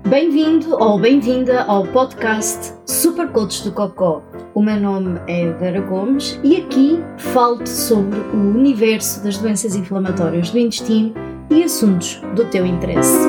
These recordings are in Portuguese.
Bem-vindo ou bem-vinda ao podcast Super Coach do Cocó. O meu nome é Vera Gomes e aqui falo-te sobre o universo das doenças inflamatórias do intestino e assuntos do teu interesse.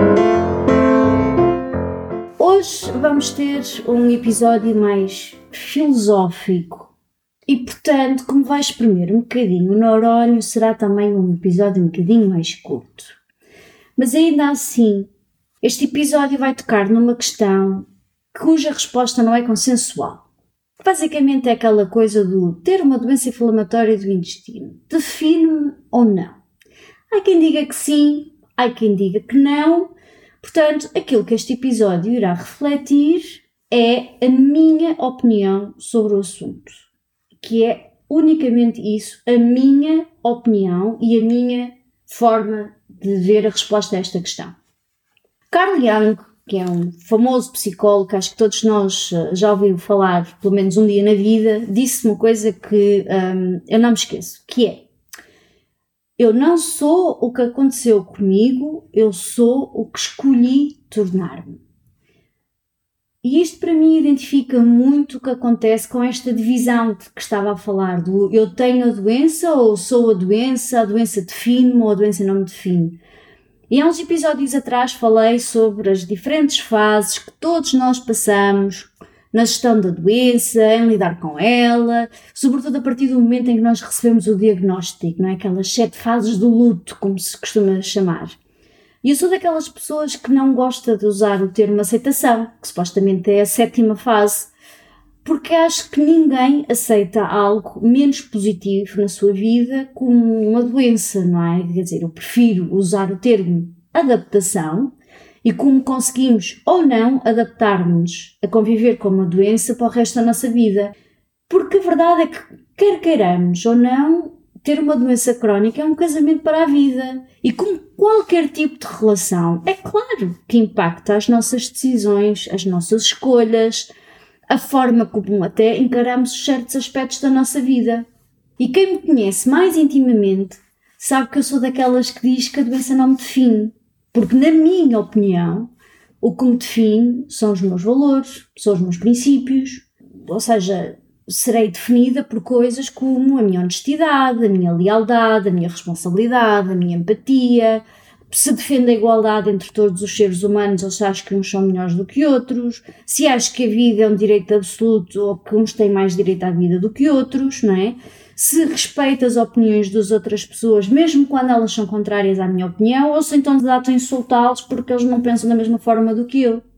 Hoje vamos ter um episódio mais filosófico e, portanto, como vais espremer um bocadinho o neurónio, será também um episódio um bocadinho mais curto. Mas ainda assim, este episódio vai tocar numa questão cuja resposta não é consensual. Basicamente é aquela coisa do ter uma doença inflamatória do intestino. Define-me ou não? Há quem diga que sim, há quem diga que não. Portanto, aquilo que este episódio irá refletir é a minha opinião sobre o assunto. Que é unicamente isso, a minha opinião e a minha forma de ver a resposta a esta questão. Carl Jung, que é um famoso psicólogo, acho que todos nós já ouviram falar pelo menos um dia na vida, disse uma coisa que eu não me esqueço, que é: eu não sou o que aconteceu comigo, eu sou o que escolhi tornar-me. E isto para mim identifica muito o que acontece com esta divisão de que estava a falar, do eu tenho a doença ou sou a doença define-me ou a doença não me define. E há uns episódios atrás falei sobre as diferentes fases que todos nós passamos na gestão da doença, em lidar com ela, sobretudo a partir do momento em que nós recebemos o diagnóstico, não é? Aquelas 7 fases do luto, como se costuma chamar. E eu sou daquelas pessoas que não gosta de usar o termo aceitação, que supostamente é a 7ª fase, porque acho que ninguém aceita algo menos positivo na sua vida como uma doença, não é? Quer dizer, eu prefiro usar o termo adaptação e como conseguimos ou não adaptar-nos a conviver com uma doença para o resto da nossa vida. Porque a verdade é que, quer queiramos ou não, ter uma doença crónica é um casamento para a vida. E como qualquer tipo de relação, é claro que impacta as nossas decisões, as nossas escolhas, a forma como até encaramos certos aspectos da nossa vida. E quem me conhece mais intimamente sabe que eu sou daquelas que diz que a doença não me define. Porque, na minha opinião, o que me define são os meus valores, são os meus princípios. Ou seja, serei definida por coisas como a minha honestidade, a minha lealdade, a minha responsabilidade, a minha empatia. Se defendo a igualdade entre todos os seres humanos ou se acho que uns são melhores do que outros, se acho que a vida é um direito absoluto ou que uns têm mais direito à vida do que outros, não é? Se respeito as opiniões das outras pessoas, mesmo quando elas são contrárias à minha opinião, ou se então desato a insultá-los porque eles não pensam da mesma forma do que eu.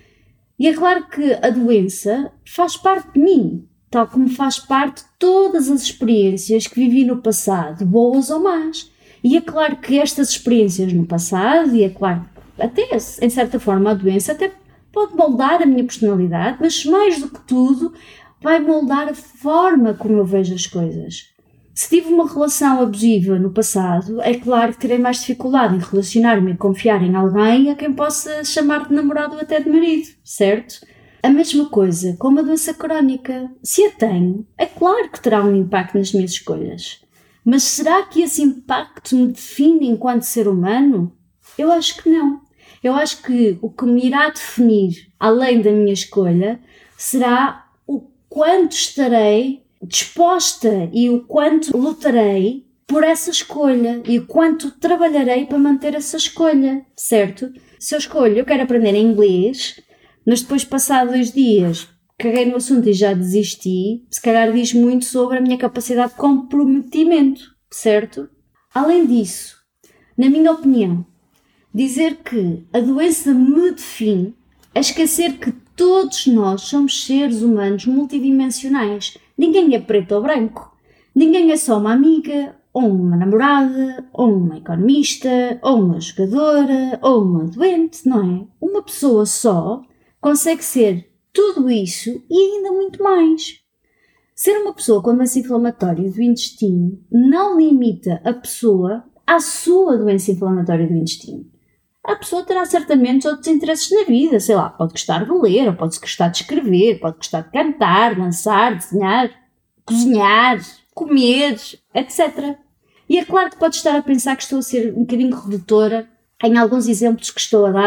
E é claro que a doença faz parte de mim, tal como faz parte de todas as experiências que vivi no passado, boas ou más. E é claro que estas experiências no passado, e é claro que até em certa forma a doença até pode moldar a minha personalidade, mas mais do que tudo vai moldar a forma como eu vejo as coisas. Se tive uma relação abusiva no passado, é claro que terei mais dificuldade em relacionar-me e confiar em alguém a quem possa chamar de namorado ou até de marido, certo? A mesma coisa com uma doença crónica. Se a tenho, é claro que terá um impacto nas minhas escolhas. Mas será que esse impacto me define enquanto ser humano? Eu acho que não. Eu acho que o que me irá definir, além da minha escolha, será o quanto estarei disposta e o quanto lutarei por essa escolha e o quanto trabalharei para manter essa escolha, certo? Se eu escolho, eu quero aprender inglês, mas depois passar 2 dias caguei no assunto e já desisti, se calhar diz muito sobre a minha capacidade de comprometimento, certo? Além disso, na minha opinião, dizer que a doença me define é esquecer que todos nós somos seres humanos multidimensionais. Ninguém é preto ou branco. Ninguém é só uma amiga, ou uma namorada, ou uma economista, ou uma jogadora, ou uma doente, não é? Uma pessoa só consegue ser tudo isso e ainda muito mais. Ser uma pessoa com doença inflamatória do intestino não limita a pessoa à sua doença inflamatória do intestino. A pessoa terá certamente outros interesses na vida, sei lá, pode gostar de ler, ou pode gostar de escrever, pode gostar de cantar, dançar, desenhar, cozinhar, comer, etc. E é claro que pode estar a pensar que estou a ser um bocadinho redutora em alguns exemplos que estou a dar,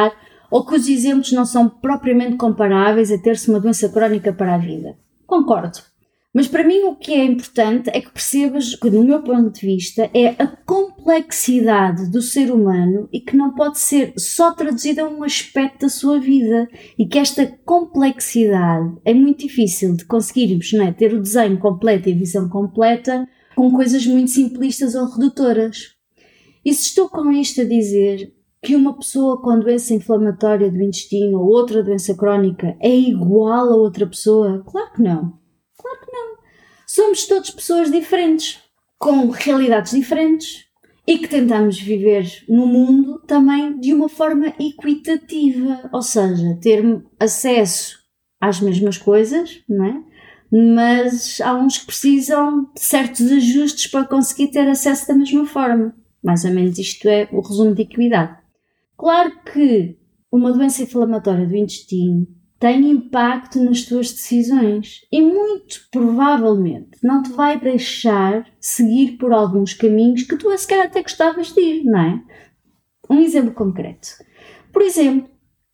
ou que os exemplos não são propriamente comparáveis a ter-se uma doença crónica para a vida. Concordo. Mas para mim o que é importante é que percebas que, no meu ponto de vista, é a complexidade do ser humano e que não pode ser só traduzida a um aspecto da sua vida e que esta complexidade é muito difícil de conseguirmos, não é, ter o desenho completo e a visão completa com coisas muito simplistas ou redutoras. E se estou com isto a dizer que uma pessoa com doença inflamatória do intestino ou outra doença crónica é igual a outra pessoa? Claro que não. Claro que não. Somos todos pessoas diferentes, com realidades diferentes e que tentamos viver no mundo também de uma forma equitativa, ou seja, ter acesso às mesmas coisas, não é? Mas há uns que precisam de certos ajustes para conseguir ter acesso da mesma forma. Mais ou menos isto é o resumo de equidade. Claro que uma doença inflamatória do intestino tem impacto nas tuas decisões e muito provavelmente não te vai deixar seguir por alguns caminhos que tu se calhar até gostavas de ir, não é? Um exemplo concreto. Por exemplo,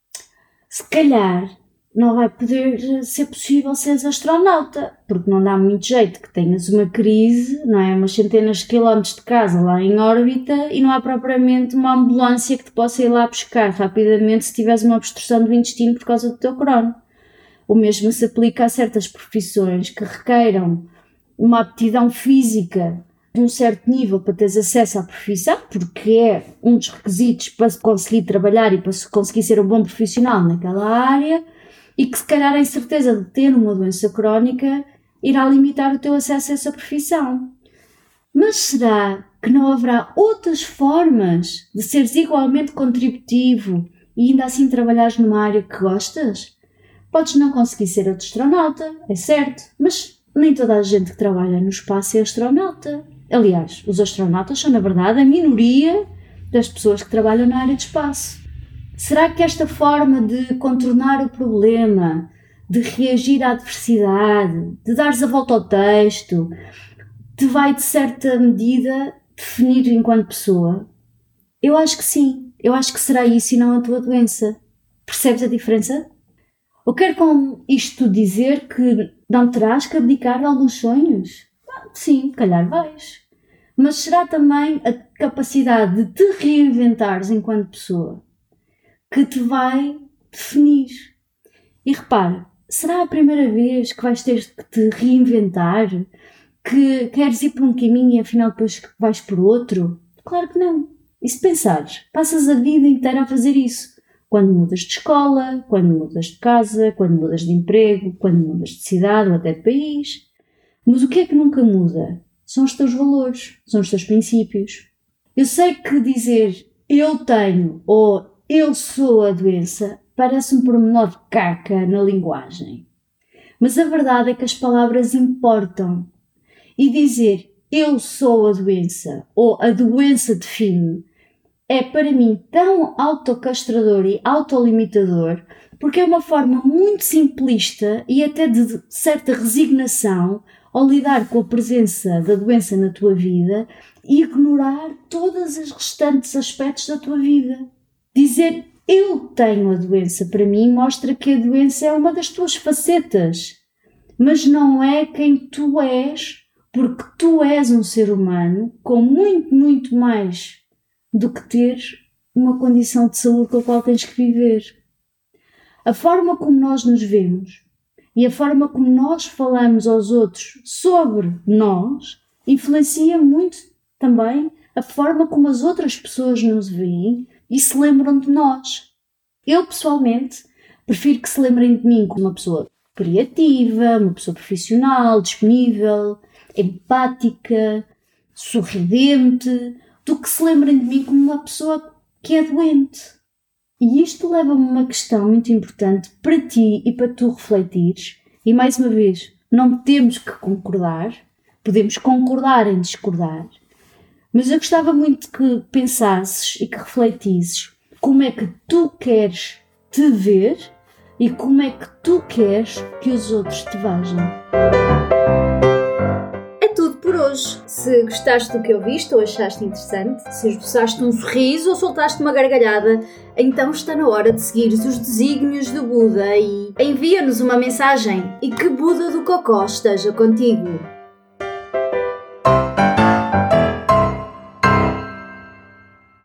se calhar não vai poder ser possível seres astronauta, porque não dá muito jeito que tenhas uma crise, não é? Umas centenas de quilómetros de casa lá em órbita e não há propriamente uma ambulância que te possa ir lá buscar rapidamente se tiveres uma obstrução do intestino por causa do teu crono. O mesmo se aplica a certas profissões que requeiram uma aptidão física de um certo nível para teres acesso à profissão, porque é um dos requisitos para conseguir trabalhar e para conseguir ser um bom profissional naquela área, e que se calhar a incerteza de ter uma doença crónica irá limitar o teu acesso a essa profissão. Mas será que não haverá outras formas de seres igualmente contributivo e ainda assim trabalhares numa área que gostas? Podes não conseguir ser astronauta, é certo, mas nem toda a gente que trabalha no espaço é astronauta. Aliás, os astronautas são, na verdade, a minoria das pessoas que trabalham na área de espaço. Será que esta forma de contornar o problema, de reagir à adversidade, de dares a volta ao texto, te vai, de certa medida, definir enquanto pessoa? Eu acho que sim. Eu acho que será isso e não a tua doença. Percebes a diferença? Eu quero com isto dizer que não terás que abdicar de alguns sonhos? Sim, calhar vais. Mas será também a capacidade de te reinventares enquanto pessoa que te vai definir. E repara, será a primeira vez que vais ter que te reinventar? Que queres ir por um caminho e afinal depois vais por outro? Claro que não. E se pensares, passas a vida inteira a fazer isso. Quando mudas de escola, quando mudas de casa, quando mudas de emprego, quando mudas de cidade ou até de país. Mas o que é que nunca muda? São os teus valores, são os teus princípios. Eu sei que dizer eu tenho ou eu sou a doença parece um pormenor de caca na linguagem. Mas a verdade é que as palavras importam. E dizer eu sou a doença ou a doença define é para mim tão autocastrador e autolimitador porque é uma forma muito simplista e até de certa resignação ao lidar com a presença da doença na tua vida e ignorar todos os restantes aspectos da tua vida. Dizer eu tenho a doença para mim mostra que a doença é uma das tuas facetas, mas não é quem tu és, porque tu és um ser humano com muito, muito mais do que ter uma condição de saúde com a qual tens que viver. A forma como nós nos vemos e a forma como nós falamos aos outros sobre nós influencia muito também a forma como as outras pessoas nos veem e se lembram de nós. Eu, pessoalmente, prefiro que se lembrem de mim como uma pessoa criativa, uma pessoa profissional, disponível, empática, sorridente, do que se lembrem de mim como uma pessoa que é doente. E isto leva-me a uma questão muito importante para ti e para tu refletires. E mais uma vez, não temos que concordar, podemos concordar em discordar, mas eu gostava muito que pensasses e que refletisses como é que tu queres te ver e como é que tu queres que os outros te vejam. É tudo por hoje. hoje. Se gostaste do que ouviste ou achaste interessante, se esboçaste um sorriso ou soltaste uma gargalhada, então está na hora de seguires os desígnios do Buda e envia-nos uma mensagem. E que Buda do Cocó esteja contigo.